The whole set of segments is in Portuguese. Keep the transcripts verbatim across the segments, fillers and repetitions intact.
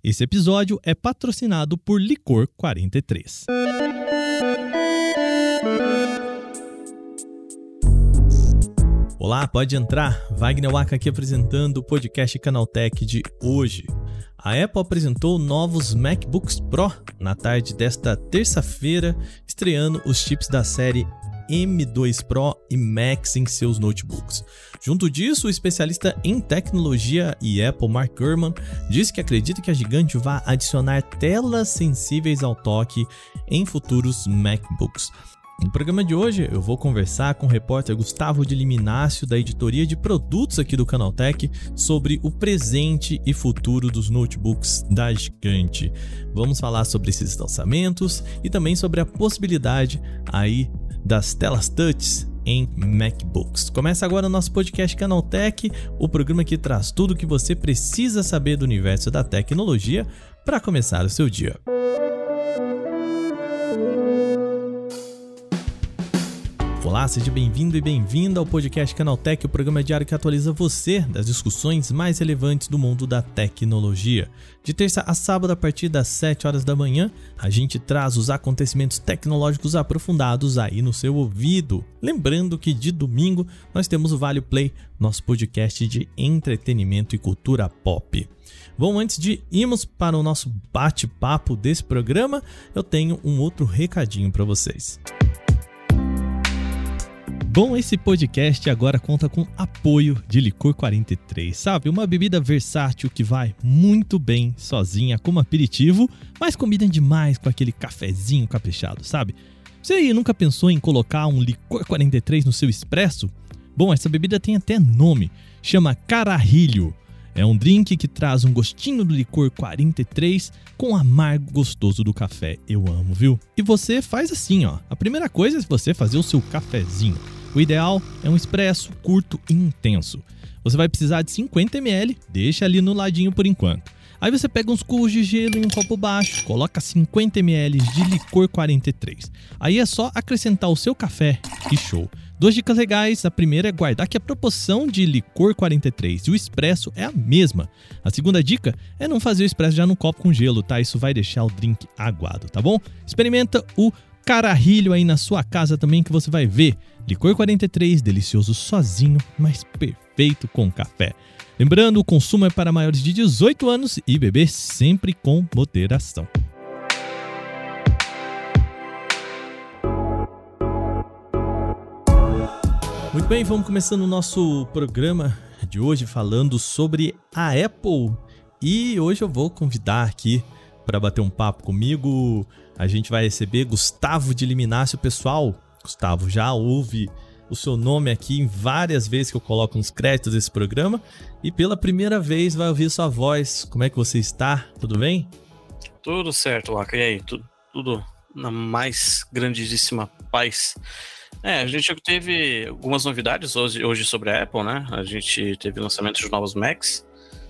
Esse episódio é patrocinado por Licor quarenta e três. Olá, pode entrar. Wagner Waka aqui apresentando o podcast Canaltech de hoje. A Apple apresentou novos MacBooks Pro na tarde desta terça-feira, estreando os chips da série M dois Pro e Max em seus notebooks. Junto disso, o especialista em tecnologia e Apple, Mark Gurman, disse que acredita que a gigante vai adicionar telas sensíveis ao toque em futuros MacBooks. No programa de hoje, eu vou conversar com o repórter Gustavo de Liminácio, da editoria de produtos aqui do Canaltech, sobre o presente e futuro dos notebooks da gigante. Vamos falar sobre esses lançamentos e também sobre a possibilidade aí das telas touch em MacBooks. Começa agora o nosso podcast Canaltech, o programa que traz tudo o que você precisa saber do universo da tecnologia para começar o seu dia. Olá, seja bem-vindo e bem-vinda ao podcast Canaltech, o programa diário que atualiza você das discussões mais relevantes do mundo da tecnologia. De terça a sábado, a partir das sete horas da manhã, a gente traz os acontecimentos tecnológicos aprofundados aí no seu ouvido. Lembrando que de domingo nós temos o Vale Play, nosso podcast de entretenimento e cultura pop. Bom, antes de irmos para o nosso bate-papo desse programa, eu tenho um outro recadinho para vocês. Bom, esse podcast agora conta com apoio de Licor quarenta e três, sabe? Uma bebida versátil que vai muito bem sozinha como aperitivo, mas combina demais com aquele cafezinho caprichado, sabe? Você aí nunca pensou em colocar um Licor quarenta e três no seu expresso? Bom, essa bebida tem até nome, chama Carajillo. É um drink que traz um gostinho do licor quarenta e três com o amargo gostoso do café. Eu amo, viu? E você faz assim, ó. A primeira coisa é você fazer o seu cafezinho. O ideal é um expresso curto e intenso. Você vai precisar de cinquenta mililitros, deixa ali no ladinho por enquanto. Aí você pega uns cubos de gelo em um copo baixo, coloca cinquenta mililitros de licor quarenta e três. Aí é só acrescentar o seu café e show. Duas dicas legais, a primeira é guardar que a proporção de licor quarenta e três e o expresso é a mesma. A segunda dica é não fazer o expresso já no copo com gelo, tá? Isso vai deixar o drink aguado, tá bom? Experimenta o Carajillo aí na sua casa também que você vai ver. Licor quarenta e três, delicioso sozinho, mas perfeito com café. Lembrando, o consumo é para maiores de dezoito anos e beber sempre com moderação. Muito bem, vamos começando o nosso programa de hoje falando sobre a Apple. E hoje eu vou convidar aqui para bater um papo comigo. A gente vai receber Gustavo de Liminácio. Pessoal, Gustavo, já ouve o seu nome aqui em várias vezes que eu coloco nos créditos desse programa. E pela primeira vez vai ouvir sua voz. Como é que você está? Tudo bem? Tudo certo, Waka. E aí? Tudo, tudo na mais grandíssima paz. É, a gente teve algumas novidades hoje, hoje sobre a Apple, né? A gente teve lançamento de novos Macs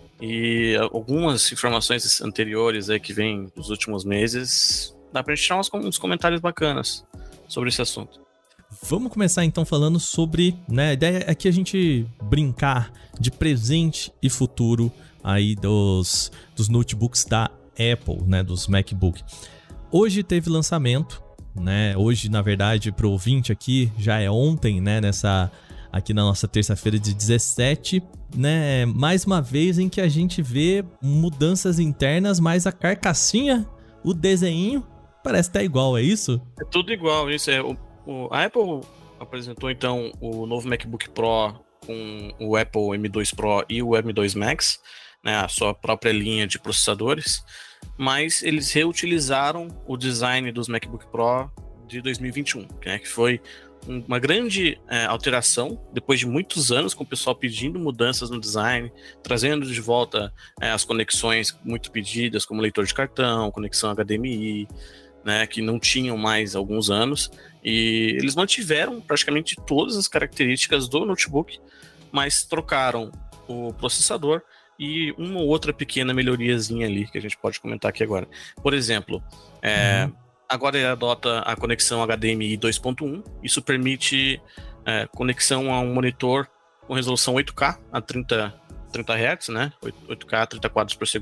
e algumas informações anteriores aí que vêm dos últimos meses. Dá pra gente tirar uns, uns comentários bacanas sobre esse assunto. Vamos começar então falando sobre, né, a ideia é que a gente brincar de presente e futuro aí dos, dos notebooks da Apple, né, dos MacBook. Hoje teve lançamento, né, hoje na verdade pro ouvinte aqui já é ontem, né, nessa, aqui na nossa terça-feira de dezessete, né, mais uma vez em que a gente vê mudanças internas, mas a carcassinha, o desenho, parece estar igual, é isso? É tudo igual, isso é. O, o, a Apple apresentou então o novo MacBook Pro com o Apple M dois Pro e o M dois Max, né, a sua própria linha de processadores, mas eles reutilizaram o design dos MacBook Pro de dois mil e vinte e um, né, que foi uma grande é, alteração, depois de muitos anos, com o pessoal pedindo mudanças no design, trazendo de volta é, as conexões muito pedidas, como leitor de cartão, conexão H D M I, né, que não tinham mais há alguns anos, e eles mantiveram praticamente todas as características do notebook, mas trocaram o processador e uma ou outra pequena melhoriazinha ali, que a gente pode comentar aqui agora. Por exemplo, é, uhum. agora ele adota a conexão H D M I dois ponto um, isso permite é, conexão a um monitor com resolução oito K a trinta hertz, né? oito K a trinta quadros por segundo.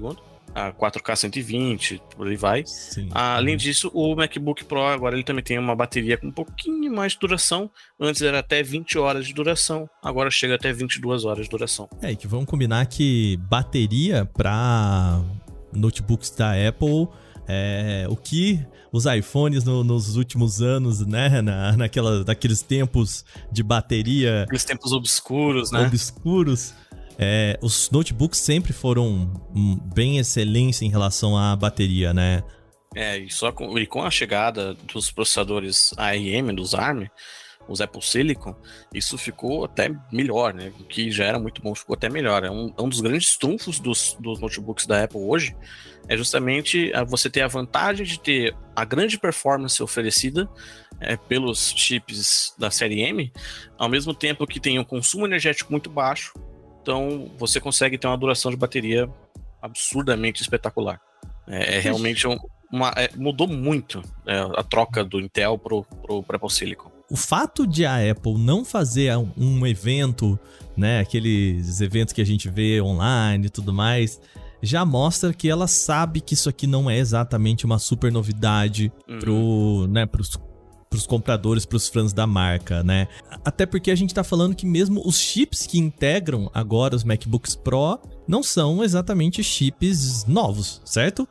a quatro K cento e vinte, por aí vai. Sim. Além disso, o MacBook Pro agora ele também tem uma bateria com um pouquinho mais de duração. Antes era até vinte horas de duração, agora chega até vinte e duas horas de duração. É, e que vamos combinar que bateria para notebooks da Apple é o que os iPhones no, nos últimos anos, né, na, naquela, naqueles tempos de bateria... Aqueles tempos obscuros, né? Obscuros. É, os notebooks sempre foram bem excelência em relação à bateria, né? É, e, só com, e com a chegada dos processadores A R M, dos ARM, os Apple Silicon, isso ficou até melhor, né? O que já era muito bom, ficou até melhor. É um, um dos grandes trunfos dos, dos notebooks da Apple hoje, é justamente você ter a vantagem de ter a grande performance oferecida é, pelos chips da série M, ao mesmo tempo que tem um consumo energético muito baixo, então você consegue ter uma duração de bateria absurdamente espetacular. É, é realmente um, uma, é, mudou muito é, a troca do Intel pro, pro, pro Apple Silicon. O fato de a Apple não fazer um evento, né, aqueles eventos que a gente vê online e tudo mais, já mostra que ela sabe que isso aqui não é exatamente uma super novidade uhum. pro, né, pros, pros compradores, pros fãs da marca, né? Até porque a gente tá falando que mesmo os chips que integram agora os MacBooks Pro não são exatamente chips novos, certo?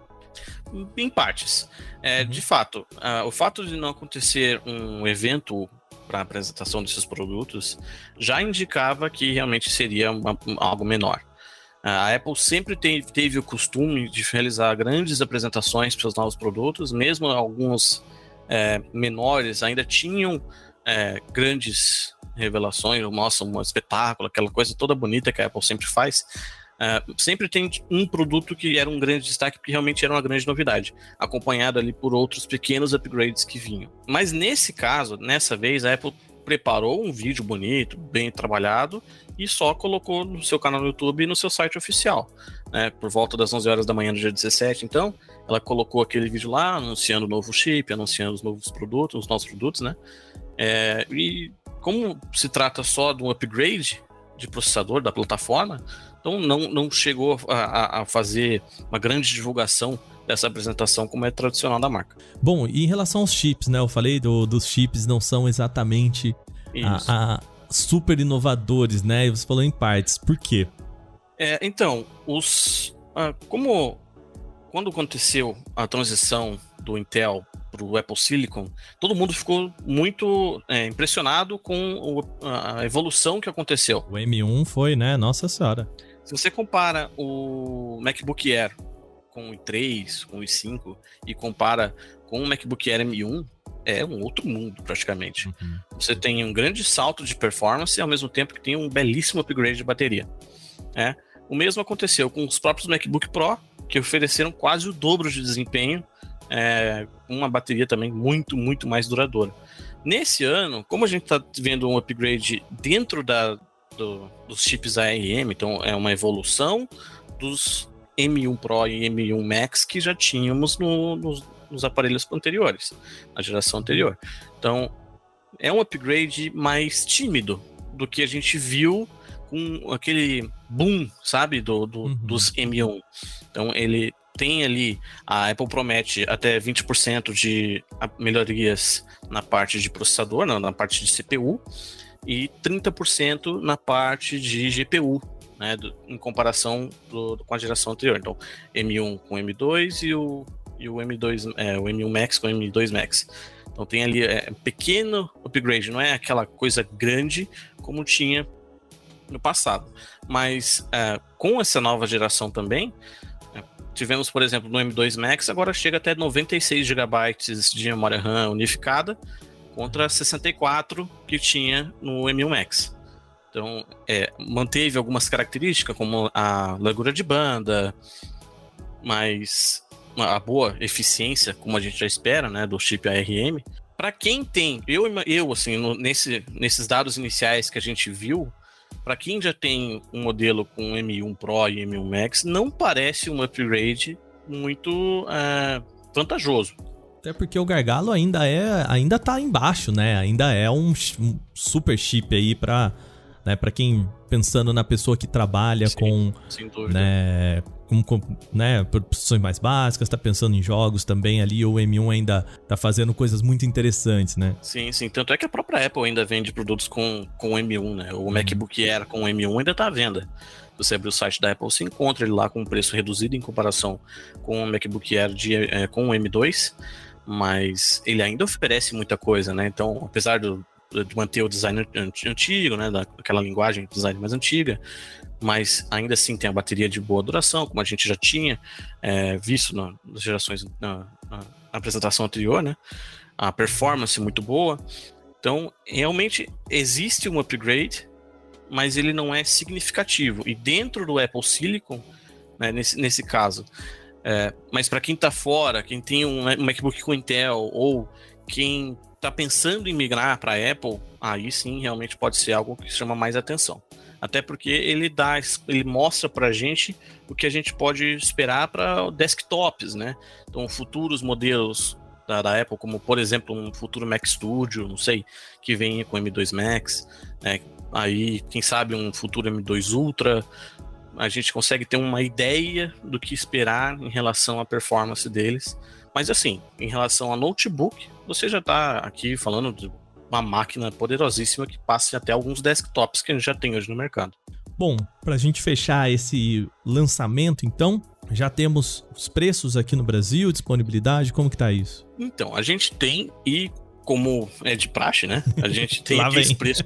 Em partes. É, uhum. De fato, uh, o fato de não acontecer um evento para apresentação desses produtos já indicava que realmente seria uma, algo menor. Uh, a Apple sempre teve, teve o costume de realizar grandes apresentações para seus novos produtos, mesmo alguns é, menores ainda tinham é, grandes revelações, mostram um espetáculo, aquela coisa toda bonita que a Apple sempre faz. Uh, sempre tem um produto que era um grande destaque, porque realmente era uma grande novidade, acompanhado ali por outros pequenos upgrades que vinham. Mas nesse caso, nessa vez, a Apple preparou um vídeo bonito, bem trabalhado, e só colocou no seu canal no YouTube e no seu site oficial, né, por volta das onze horas da manhã do dia dezessete. Então, ela colocou aquele vídeo lá, anunciando o novo chip, anunciando os novos produtos, os novos produtos, né, é, e como se trata só de um upgrade de processador da plataforma, então não, não chegou a, a fazer uma grande divulgação dessa apresentação como é tradicional da marca. Bom, e em relação aos chips, né? Eu falei do, dos chips não são exatamente a, a super inovadores, né? E você falou em partes. Por quê? É, então, os, ah, como quando aconteceu a transição do Intel para o Apple Silicon, todo mundo ficou muito é, impressionado com o, a evolução que aconteceu. O M um foi, né? Nossa senhora. Se você compara o MacBook Air com o i três, com o i cinco e compara com o MacBook Air M um, é um outro mundo praticamente. Uhum. Você tem um grande salto de performance e ao mesmo tempo que tem um belíssimo upgrade de bateria. É. O mesmo aconteceu com os próprios MacBook Pro, que ofereceram quase o dobro de desempenho, é, com uma bateria também muito, muito mais duradoura. Nesse ano, como a gente está vendo um upgrade dentro da Do, dos chips A R M, então é uma evolução dos M um Pro e M um Max que já tínhamos no, nos, nos aparelhos anteriores, na geração anterior. Então é um upgrade mais tímido do que a gente viu com aquele boom, sabe, do, do, uhum. dos M um. Então ele tem ali, a Apple promete até vinte por cento de melhorias na parte de processador, na, na parte de C P U, e trinta por cento na parte de G P U, né, do, em comparação do, com a geração anterior. Então, M um com M dois e o, e o M dois, é, o M um Max com o M dois Max. Então tem ali é, um pequeno upgrade, não é aquela coisa grande como tinha no passado. Mas é, com essa nova geração também, é, tivemos, por exemplo, no M dois Max, agora chega até noventa e seis gigabytes de memória RAM unificada, contra sessenta e quatro que tinha no M um Max. Então, é, manteve algumas características, como a largura de banda, mas a boa eficiência, como a gente já espera, né, do chip A R M. Para quem tem, eu, eu assim, no, nesse, nesses dados iniciais que a gente viu, para quem já tem um modelo com M um Pro e M um Max, não parece um upgrade muito é, vantajoso. Até porque o gargalo ainda é, ainda tá embaixo, né? Ainda é um, um super chip aí pra, né, pra quem, pensando na pessoa que trabalha Sim, com, né, com, com né, posições mais básicas, tá pensando em jogos também ali, ou o M um ainda tá fazendo coisas muito interessantes, né? Sim, sim. Tanto é que a própria Apple ainda vende produtos com, com o M um, né? O MacBook Air com o M um ainda tá à venda. Se você abrir o site da Apple, você encontra ele lá com um preço reduzido em comparação com o MacBook Air de, é, com o M dois, mas ele ainda oferece muita coisa, né? Então, apesar do, de manter o design antigo, né? Daquela linguagem de design mais antiga, mas ainda assim tem a bateria de boa duração, como a gente já tinha é, visto na, nas gerações, na, na apresentação anterior, né? A performance muito boa. Então, realmente existe um upgrade, mas ele não é significativo. E dentro do Apple Silicon, né, nesse, nesse caso, é, mas para quem está fora, quem tem um, um MacBook com Intel, ou quem está pensando em migrar para a Apple, aí sim realmente pode ser algo que chama mais atenção. Até porque ele dá, ele mostra pra gente o que a gente pode esperar para desktops, né? Então, futuros modelos da, da Apple, como por exemplo um futuro Mac Studio, não sei, que venha com M dois Max, né? Aí, quem sabe um futuro M dois Ultra, a gente consegue ter uma ideia do que esperar em relação à performance deles. Mas assim, em relação a notebook, você já tá aqui falando de uma máquina poderosíssima que passe até alguns desktops que a gente já tem hoje no mercado. Bom, pra gente fechar esse lançamento, então, já temos os preços aqui no Brasil, disponibilidade, como que tá isso? Então, a gente tem, e como é de praxe, né? A gente tem aqueles preços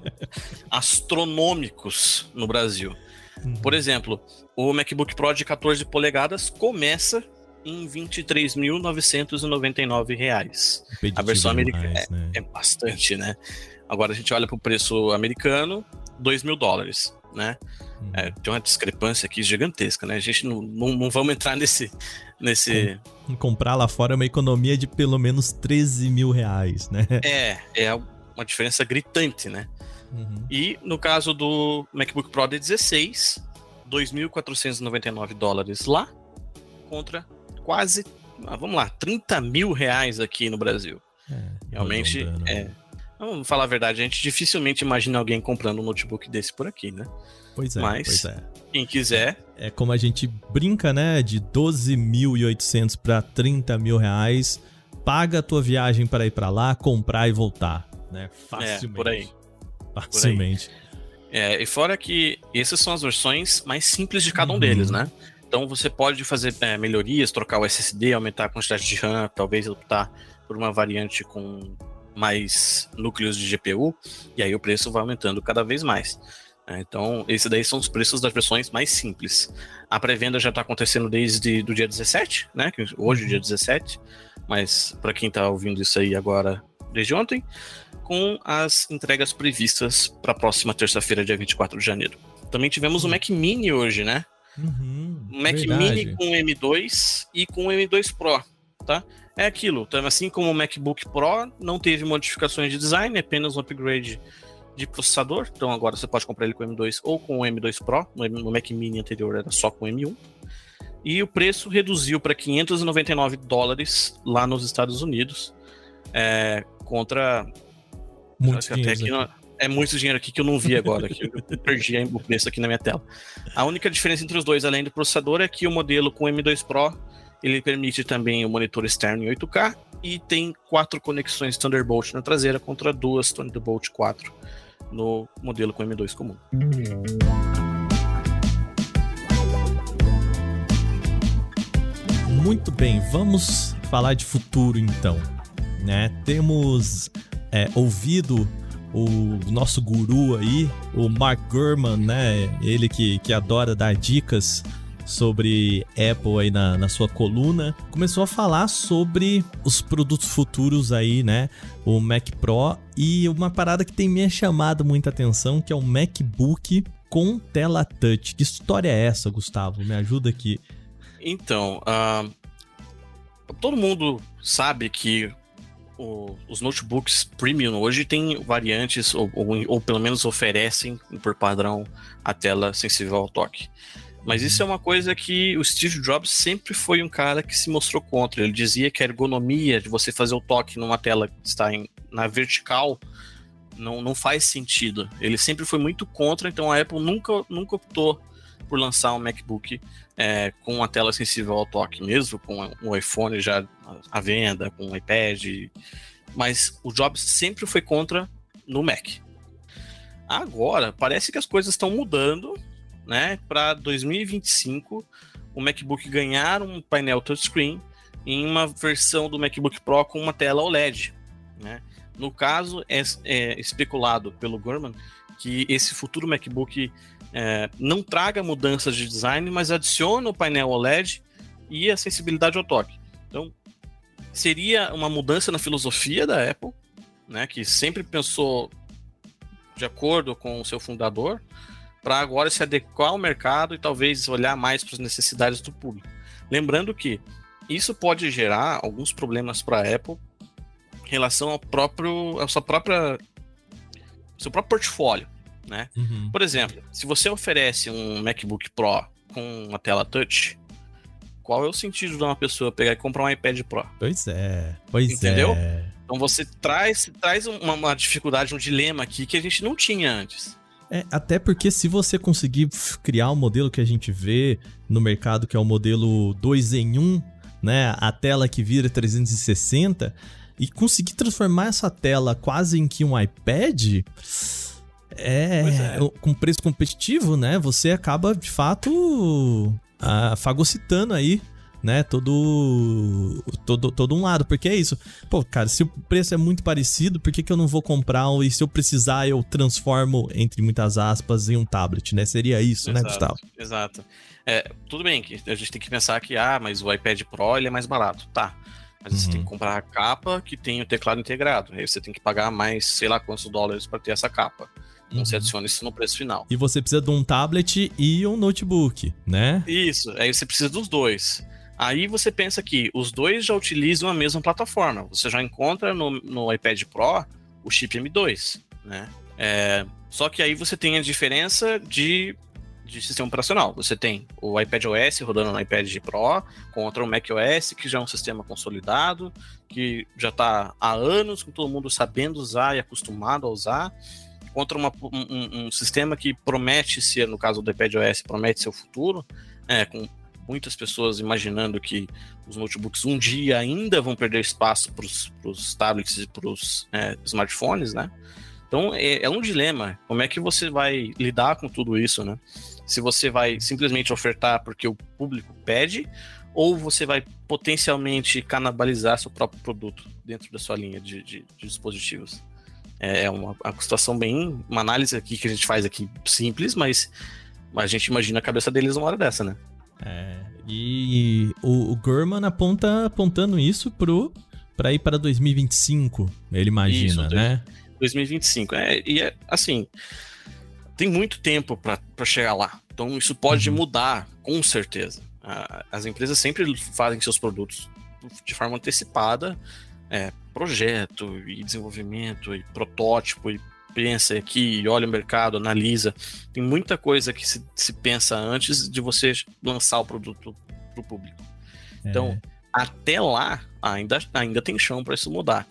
astronômicos no Brasil. Uhum. Por exemplo, o MacBook Pro de quatorze polegadas começa em vinte e três mil novecentos e noventa e nove reais. A versão americana é, né? é bastante, né? Agora a gente olha para o preço americano, dois mil dólares, né? Hum. É, tem uma discrepância aqui gigantesca, né? A gente não, não, não vamos entrar nesse... nesse... Com, comprar lá fora é uma economia de pelo menos treze mil reais, né? É, é uma diferença gritante, né? Uhum. E no caso do MacBook Pro de dezesseis, dois mil quatrocentos e noventa e nove dólares lá, contra quase, ah, vamos lá, trinta mil reais aqui no Brasil. É, realmente, é, vamos falar a verdade, a gente dificilmente imagina alguém comprando um notebook desse por aqui, né? Pois é, Mas, pois é. Quem quiser... É, é como a gente brinca, né? De doze mil e oitocentos para trinta mil reais, paga a tua viagem para ir para lá, comprar e voltar, né? Facilmente. É, por aí. Facilmente. É, e fora que essas são as versões mais simples de cada um uhum. deles, né? Então você pode fazer é, melhorias, trocar o S S D, aumentar a quantidade de RAM, talvez optar por uma variante com mais núcleos de G P U, e aí o preço vai aumentando cada vez mais. É, então, esses daí são os preços das versões mais simples. A pré-venda já está acontecendo desde o dia dezessete, né? Hoje é dia dezessete, mas para quem está ouvindo isso aí agora, desde ontem, com as entregas previstas para a próxima terça-feira, dia vinte e quatro de janeiro. Também tivemos o Mac Mini hoje, né? Uhum, um Mac verdade. Mini com M dois e com M dois Pro, tá? É aquilo, assim como o MacBook Pro não teve modificações de design, apenas um upgrade de processador, então agora você pode comprar ele com M dois ou com o M dois Pro, no Mac Mini anterior era só com M um, e o preço reduziu para quinhentos e noventa e nove dólares lá nos Estados Unidos, é, contra... Muito até aqui não, é muito dinheiro aqui que eu não vi agora, que eu perdi o preço aqui na minha tela. A única diferença entre os dois, além do processador, é que o modelo com M dois Pro, ele permite também o monitor externo em oito K e tem quatro conexões Thunderbolt na traseira contra duas Thunderbolt quatro no modelo com M dois comum. Muito bem, vamos falar de futuro então, né? Temos é, ouvido o nosso guru aí, o Mark Gurman, né? Ele que, que adora dar dicas sobre Apple aí na, na sua coluna, começou a falar sobre os produtos futuros aí, né? O Mac Pro e uma parada que tem me chamado muita atenção, que é o MacBook com tela touch. Que história é essa, Gustavo? Me ajuda aqui. Então, uh, todo mundo sabe que o, os notebooks premium hoje têm variantes, ou, ou, ou pelo menos oferecem por padrão a tela sensível ao toque. Mas isso é uma coisa que o Steve Jobs sempre foi um cara que se mostrou contra. Ele dizia que a ergonomia de você fazer o toque numa tela que está em, na vertical não, não faz sentido. Ele sempre foi muito contra, então a Apple nunca, nunca optou por lançar um MacBook é, com uma tela sensível ao toque, mesmo com um iPhone já à venda, com um iPad, mas o Jobs sempre foi contra no Mac. Agora, parece que as coisas estão mudando, né? Para dois mil e vinte e cinco, o MacBook ganhar um painel touchscreen em uma versão do MacBook Pro com uma tela O L E D, né? No caso, é, é especulado pelo Gurman que esse futuro MacBook é, não traga mudanças de design, mas adiciona o painel O L E D e a sensibilidade ao toque. Então, seria uma mudança na filosofia da Apple, né, que sempre pensou de acordo com o seu fundador, para agora se adequar ao mercado e talvez olhar mais para as necessidades do público. Lembrando que isso pode gerar alguns problemas para a Apple em relação ao próprio, à sua própria, seu próprio portfólio, né? Uhum. Por exemplo, se você oferece um MacBook Pro com uma tela touch, qual é o sentido de uma pessoa pegar e comprar um iPad Pro? Pois é, pois Entendeu? é. Então você traz, traz uma, uma dificuldade, um dilema aqui que a gente não tinha antes. É, até porque se você conseguir criar um modelo que a gente vê no mercado, que é o modelo dois em um, né, a tela que vira trezentos e sessenta, e conseguir transformar essa tela quase em que um iPad, é, é. com preço competitivo, né, você acaba de fato ah, fagocitando aí, né, todo, todo, todo um lado, porque é isso, pô, cara, se o preço é muito parecido, por que que eu não vou comprar, e se eu precisar eu transformo, entre muitas aspas, em um tablet, né, seria isso, exato, né, Gustavo? Exato, é, tudo bem que a gente tem que pensar que, ah, mas o iPad Pro, ele é mais barato, tá, mas uhum. você tem que comprar a capa que tem o teclado integrado, aí você tem que pagar mais, sei lá quantos dólares para ter essa capa. Então uhum. você adiciona isso no preço final. E você precisa de um tablet e um notebook, né? Isso, aí você precisa dos dois. Aí você pensa que os dois já utilizam a mesma plataforma. Você já encontra no, no iPad Pro o chip M dois, né? É, só que aí você tem a diferença de, de sistema operacional. Você tem o iPadOS rodando no iPad Pro contra o macOS, que já é um sistema consolidado, que já está há anos com todo mundo sabendo usar e acostumado a usar, contra uma, um, um sistema que promete ser, no caso do iPadOS, promete ser o futuro, é, com muitas pessoas imaginando que os notebooks um dia ainda vão perder espaço para os tablets e para os é, smartphones, né? Então é, é um dilema. Como é que você vai lidar com tudo isso, né? Se você vai simplesmente ofertar porque o público pede, ou você vai potencialmente canibalizar seu próprio produto dentro da sua linha de, de, de dispositivos. É uma, uma situação bem... Uma análise aqui que a gente faz aqui simples, mas a gente imagina a cabeça deles uma hora dessa, né? É, e o, o Gurman aponta apontando isso pro, pra ir para dois mil e vinte e cinco, ele imagina, isso, né? dois mil e vinte e cinco, é, e é assim, tem muito tempo para chegar lá, então isso pode uhum. mudar, com certeza. As empresas sempre fazem seus produtos de forma antecipada, é, projeto e desenvolvimento e protótipo e pensa aqui, olha o mercado, analisa. Tem muita coisa que se, se pensa antes de você lançar o produto para o público. É. Então, até lá, ainda, ainda tem chão para isso mudar.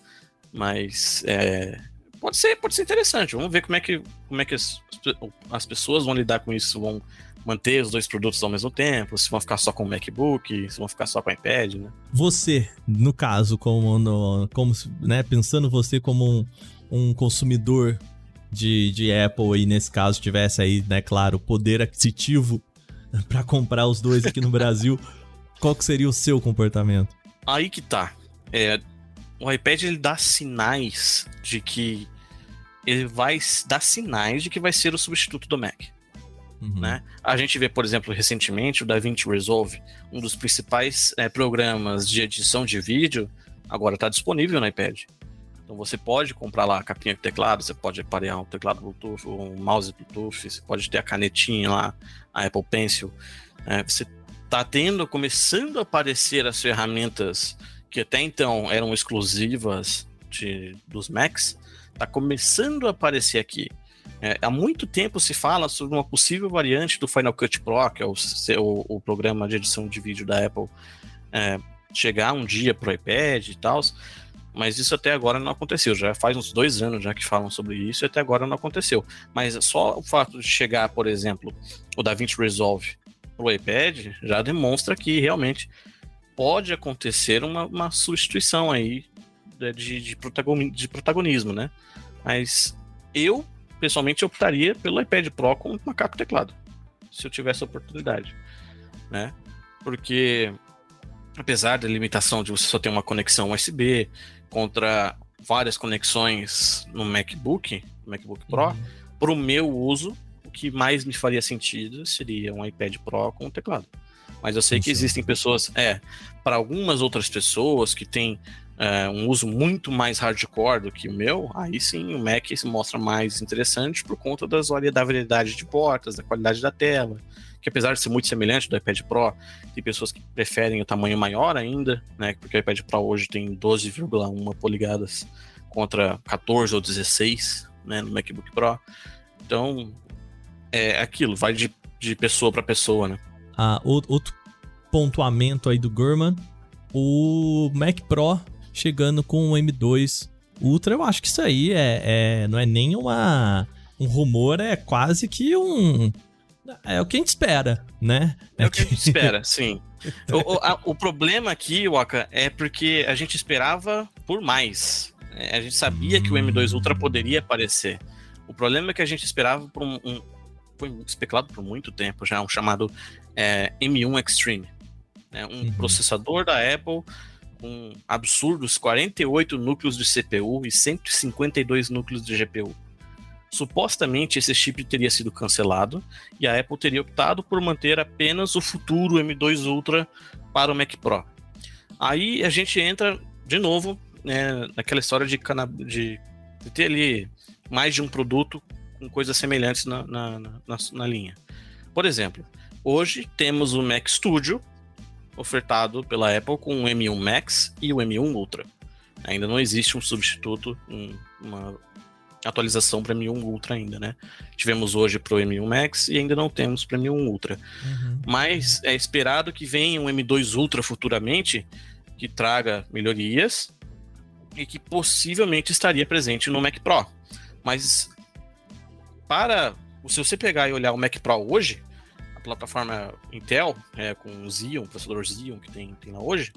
Mas é, pode ser, pode ser interessante. Vamos ver como é que, como é que as, as pessoas vão lidar com isso. Vão manter os dois produtos ao mesmo tempo, se vão ficar só com o MacBook, se vão ficar só com o iPad, né? Você, no caso, como, no, como né, pensando você como um um consumidor de, de Apple e nesse caso tivesse aí, né, claro, poder aquisitivo para comprar os dois aqui no Brasil, qual que seria o seu comportamento? Aí que tá. É, o iPad ele dá sinais de que ele vai dar sinais de que vai ser o substituto do Mac. Uhum. Né? A gente vê, por exemplo, recentemente o DaVinci Resolve, um dos principais é, programas de edição de vídeo, agora está disponível no iPad. Então você pode comprar lá a capinha de teclado, você pode parear um teclado Bluetooth, um mouse Bluetooth, você pode ter a canetinha lá, a Apple Pencil. É, você está tendo, começando a aparecer as ferramentas que até então eram exclusivas de, dos Macs, está começando a aparecer aqui. É, há muito tempo se fala sobre uma possível variante do Final Cut Pro, que é o, o, o programa de edição de vídeo da Apple, é, chegar um dia para o iPad e tal. Mas isso até agora não aconteceu. Já faz uns dois anos já que falam sobre isso e até agora não aconteceu. Mas só o fato de chegar, por exemplo, o DaVinci Resolve pro iPad já demonstra que realmente pode acontecer uma, uma substituição aí de, de, protagonismo, de protagonismo, né? Mas eu, pessoalmente, optaria pelo iPad Pro com macaco e teclado, se eu tivesse a oportunidade, né? Porque apesar da limitação de você só ter uma conexão U S B contra várias conexões no MacBook, no MacBook Pro, uhum. Para o meu uso, o que mais me faria sentido seria um iPad Pro com teclado. Mas eu sei que existem pessoas, é, para algumas outras pessoas que têm é, um uso muito mais hardcore do que o meu, aí sim o Mac se mostra mais interessante por conta das vari- da variedade de portas, da qualidade da tela, que apesar de ser muito semelhante do iPad Pro, tem pessoas que preferem o tamanho maior ainda, né? Porque o iPad Pro hoje tem doze vírgula um polegadas contra catorze ou dezesseis, né, no MacBook Pro. Então, é aquilo, vai de, de pessoa para pessoa, né? Ah, outro pontuamento aí do Gurman, o Mac Pro chegando com o M dois Ultra, eu acho que isso aí é, é, não é nem uma, um rumor, é quase que um... É o que a gente espera, né? É, é o que a gente espera, sim. O, o, a, o problema aqui, Waka, é porque a gente esperava por mais. É, a gente sabia hum. que o M dois Ultra poderia aparecer. O problema é que a gente esperava por um... um foi especulado por muito tempo já, um chamado é, M um Extreme. Né? Um uhum. processador da Apple com absurdos quarenta e oito núcleos de C P U e cento e cinquenta e dois núcleos de G P U. Supostamente esse chip teria sido cancelado e a Apple teria optado por manter apenas o futuro M dois Ultra para o Mac Pro. Aí a gente entra de novo, né, naquela história de, cana- de, de ter ali mais de um produto com coisas semelhantes na, na, na, na linha. Por exemplo, hoje temos o Mac Studio ofertado pela Apple com o M um Max e o M um Ultra. Ainda não existe um substituto, um, uma atualização para M um Ultra ainda, né? Tivemos hoje para o M um Max e ainda não temos para M um Ultra. Uhum. Mas é esperado que venha um M dois Ultra futuramente que traga melhorias e que possivelmente estaria presente no Mac Pro. Mas para, se você pegar e olhar o Mac Pro hoje, a plataforma Intel, é, com o Xeon, o processador Xeon que tem, tem lá hoje,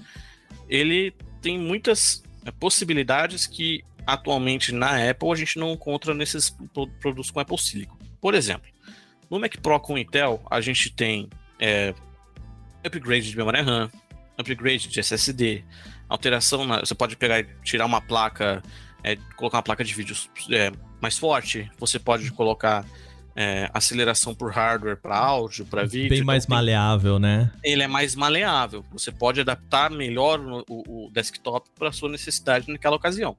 ele tem muitas é, possibilidades que atualmente na Apple a gente não encontra nesses produtos com Apple Silicon. Por exemplo, no Mac Pro com Intel a gente tem é, upgrade de memória RAM, upgrade de S S D, alteração, na, você pode pegar e tirar uma placa, é, colocar uma placa de vídeo é, mais forte, você pode colocar é, aceleração por hardware para áudio, para vídeo. Bem mais então, maleável, tem, né? Ele é mais maleável, você pode adaptar melhor o, o desktop para a sua necessidade naquela ocasião.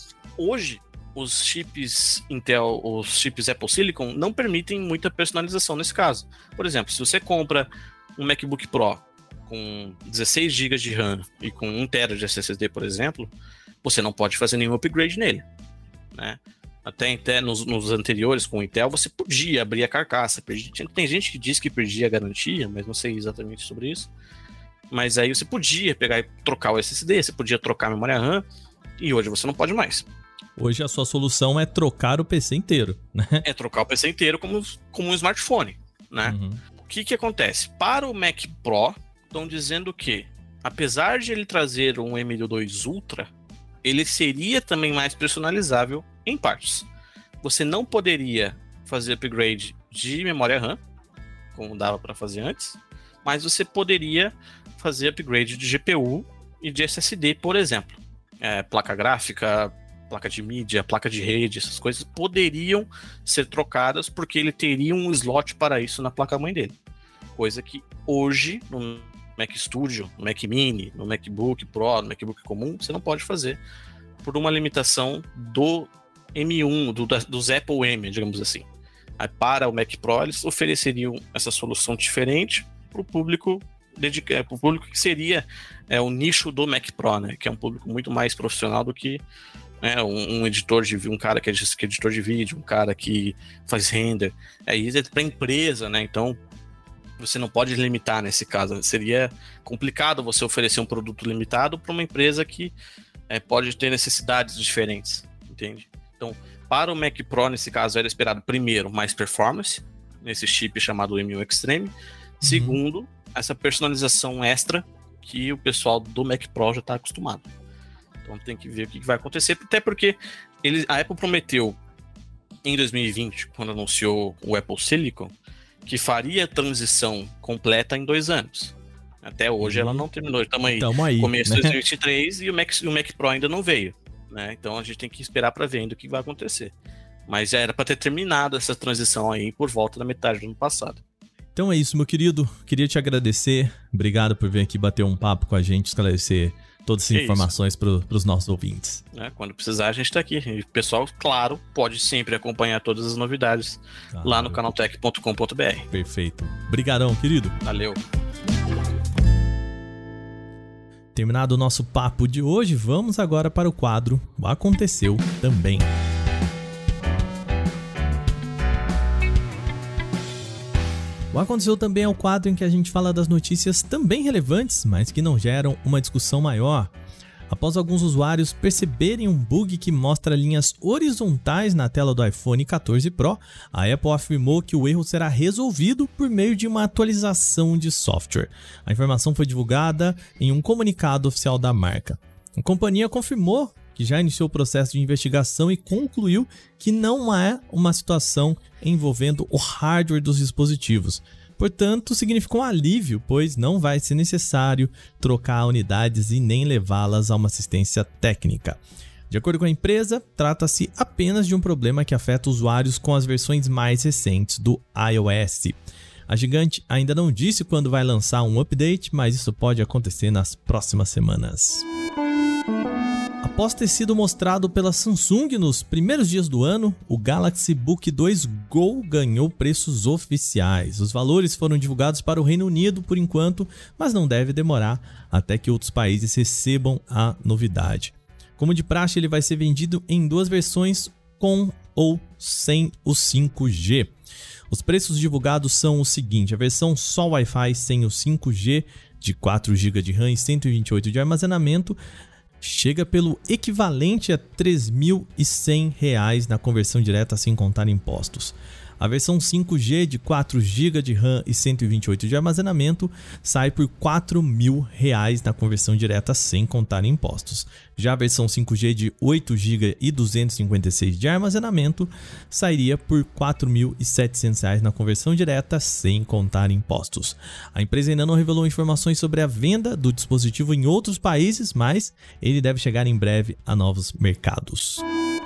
Hoje, os chips Intel, os chips Apple Silicon não permitem muita personalização nesse caso. Por exemplo, se você compra um MacBook Pro com dezesseis gigas de RAM e com um terabyte de S S D, por exemplo, você não pode fazer nenhum upgrade nele, né? Até, até nos, nos anteriores com o Intel, você podia abrir a carcaça. Perdi, tem gente que diz que perdia a garantia, mas não sei exatamente sobre isso. Mas aí você podia pegar e trocar o S S D, você podia trocar a memória RAM, e hoje você não pode mais. Hoje a sua solução é trocar o P C inteiro, né? É trocar o P C inteiro como, como um smartphone, né? Uhum. O que que acontece? Para o Mac Pro, estão dizendo que, apesar de ele trazer um M dois Ultra, ele seria também mais personalizável em partes. Você não poderia fazer upgrade de memória RAM, como dava para fazer antes, mas você poderia fazer upgrade de G P U e de S S D, por exemplo. É, placa gráfica, placa de mídia, placa de rede, essas coisas poderiam ser trocadas porque ele teria um slot para isso na placa-mãe dele. Coisa que hoje, no Mac Studio, no Mac Mini, no MacBook Pro, no MacBook comum, você não pode fazer por uma limitação do M um, do, dos Apple M, digamos assim. Aí, para o Mac Pro, eles ofereceriam essa solução diferente para o público dedicado, para o público que seria é, o nicho do Mac Pro, né? Que é um público muito mais profissional do que é, um, um editor de um cara que é, que é editor de vídeo, um cara que faz render. É isso é para empresa, né? Então você não pode limitar nesse caso. Seria complicado você oferecer um produto limitado para uma empresa que é, pode ter necessidades diferentes, entende? Então, para o Mac Pro, nesse caso, era esperado, primeiro, mais performance, nesse chip chamado M um Extreme. Uhum. Segundo, essa personalização extra que o pessoal do Mac Pro já está acostumado. Então tem que ver o que vai acontecer, até porque ele, a Apple prometeu em dois mil e vinte, quando anunciou o Apple Silicon, que faria a transição completa em dois anos. Até hoje uhum. ela não terminou. Estamos aí, Tamo aí, começo né? de dois mil e vinte e três e o Mac, o Mac Pro ainda não veio. Né? Então a gente tem que esperar para ver ainda o que vai acontecer. Mas já era para ter terminado essa transição aí por volta da metade do ano passado. Então é isso, meu querido. Queria te agradecer. Obrigado por vir aqui bater um papo com a gente, esclarecer todas as que informações para os nossos ouvintes. É, quando precisar, a gente está aqui. E o pessoal, claro, pode sempre acompanhar todas as novidades claro. lá no canaltech ponto com ponto b r. Perfeito. Obrigadão, querido. Valeu. Terminado o nosso papo de hoje, vamos agora para o quadro O Aconteceu Também. O Aconteceu Também é o quadro em que a gente fala das notícias também relevantes, mas que não geram uma discussão maior. Após alguns usuários perceberem um bug que mostra linhas horizontais na tela do iPhone quatorze Pro, a Apple afirmou que o erro será resolvido por meio de uma atualização de software. A informação foi divulgada em um comunicado oficial da marca. A companhia confirmou que já iniciou o processo de investigação e concluiu que não é uma situação envolvendo o hardware dos dispositivos. Portanto, significa um alívio, pois não vai ser necessário trocar unidades e nem levá-las a uma assistência técnica. De acordo com a empresa, trata-se apenas de um problema que afeta usuários com as versões mais recentes do iOS. A gigante ainda não disse quando vai lançar um update, mas isso pode acontecer nas próximas semanas. Após ter sido mostrado pela Samsung nos primeiros dias do ano, o Galaxy Book dois Go ganhou preços oficiais. Os valores foram divulgados para o Reino Unido por enquanto, mas não deve demorar até que outros países recebam a novidade. Como de praxe, ele vai ser vendido em duas versões, com ou sem o cinco G. Os preços divulgados são o seguinte: a versão só Wi-Fi sem o cinco G, de quatro gigas de RAM e cento e vinte e oito de armazenamento, chega pelo equivalente a três mil e cem reais na conversão direta sem contar impostos. A versão cinco G de quatro gigas de RAM e cento e vinte e oito de armazenamento sai por quatro mil reais na conversão direta sem contar impostos. Já a versão cinco G de oito gigas e duzentos e cinquenta e seis de armazenamento sairia por quatro mil e setecentos reais na conversão direta sem contar impostos. A empresa ainda não revelou informações sobre a venda do dispositivo em outros países, mas ele deve chegar em breve a novos mercados.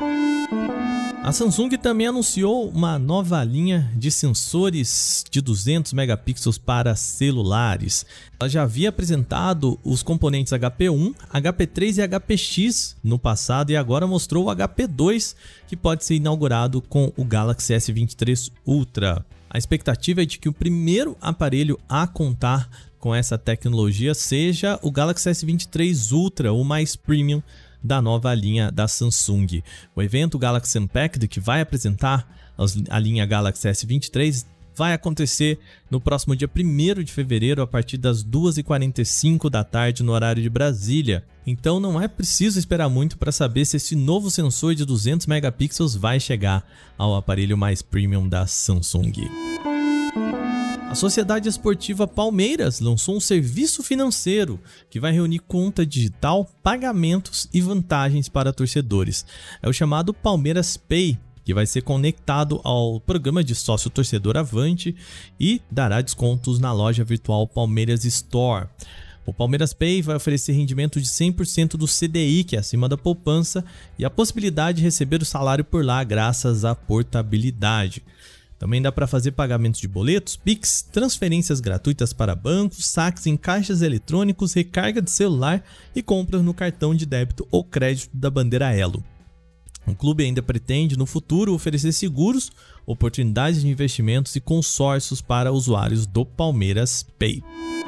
A Samsung também anunciou uma nova linha de sensores de duzentos megapixels para celulares. Ela já havia apresentado os componentes H P um, H P três e H P X no passado e agora mostrou o H P dois, que pode ser inaugurado com o Galaxy S vinte e três Ultra. A expectativa é de que o primeiro aparelho a contar com essa tecnologia seja o Galaxy S vinte e três Ultra, o mais premium da nova linha da Samsung. O evento Galaxy Unpacked, que vai apresentar a linha Galaxy S vinte e três, vai acontecer no próximo dia primeiro de fevereiro, a partir das duas e quarenta e cinco da tarde no horário de Brasília. Então não é preciso esperar muito para saber se esse novo sensor de duzentos megapixels vai chegar ao aparelho mais premium da Samsung. A Sociedade Esportiva Palmeiras lançou um serviço financeiro que vai reunir conta digital, pagamentos e vantagens para torcedores. É o chamado Palmeiras Pay, que vai ser conectado ao programa de sócio torcedor Avante e dará descontos na loja virtual Palmeiras Store. O Palmeiras Pay vai oferecer rendimento de cem por cento do C D I, que é acima da poupança, e a possibilidade de receber o salário por lá graças à portabilidade. Também dá para fazer pagamentos de boletos, Pix, transferências gratuitas para bancos, saques em caixas eletrônicos, recarga de celular e compras no cartão de débito ou crédito da bandeira Elo. O clube ainda pretende, no futuro, oferecer seguros, oportunidades de investimentos e consórcios para usuários do Palmeiras Pay.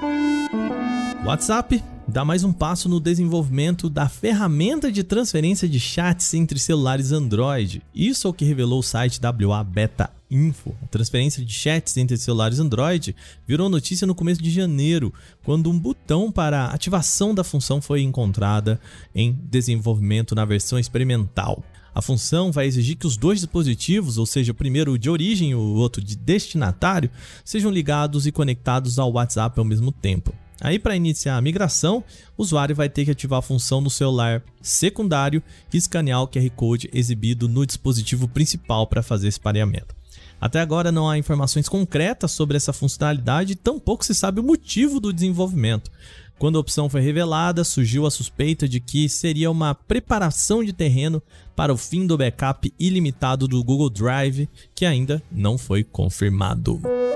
O WhatsApp dá mais um passo no desenvolvimento da ferramenta de transferência de chats entre celulares Android. Isso é o que revelou o site W A Beta Info. A transferência de chats entre celulares Android virou notícia no começo de janeiro, quando um botão para ativação da função foi encontrada em desenvolvimento na versão experimental. A função vai exigir que os dois dispositivos, ou seja, o primeiro de origem e o outro de destinatário, sejam ligados e conectados ao WhatsApp ao mesmo tempo. Aí, para iniciar a migração, o usuário vai ter que ativar a função no celular secundário e escanear o Q R Code exibido no dispositivo principal para fazer esse pareamento. Até agora não há informações concretas sobre essa funcionalidade e tampouco se sabe o motivo do desenvolvimento. Quando a opção foi revelada, surgiu a suspeita de que seria uma preparação de terreno para o fim do backup ilimitado do Google Drive, que ainda não foi confirmado.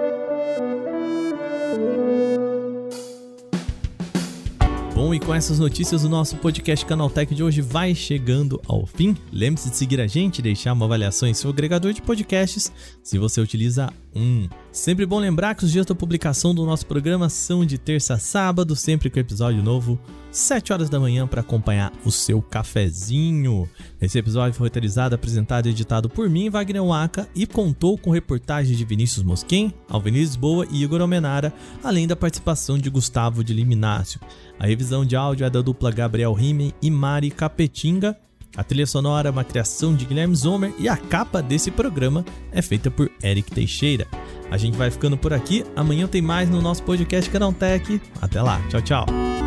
Bom, e com essas notícias o nosso podcast Canaltech de hoje vai chegando ao fim. Lembre-se de seguir a gente e deixar uma avaliação em seu agregador de podcasts se você utiliza um. Sempre bom lembrar que os dias da publicação do nosso programa são de terça a sábado, sempre com episódio novo, sete horas da manhã, para acompanhar o seu cafezinho. Esse episódio foi roteirizado, apresentado e editado por mim, Wagner Waka, e contou com reportagens de Vinícius Mosquen, Alvenir Lisboa e Igor Almenara, além da participação de Gustavo de Liminácio. A revisão de áudio é da dupla Gabriel Rime e Mari Capetinga. A trilha sonora é uma criação de Guilherme Zomer e a capa desse programa é feita por Eric Teixeira. A gente vai ficando por aqui. Amanhã tem mais no nosso podcast Canaltech. Até lá. Tchau, tchau.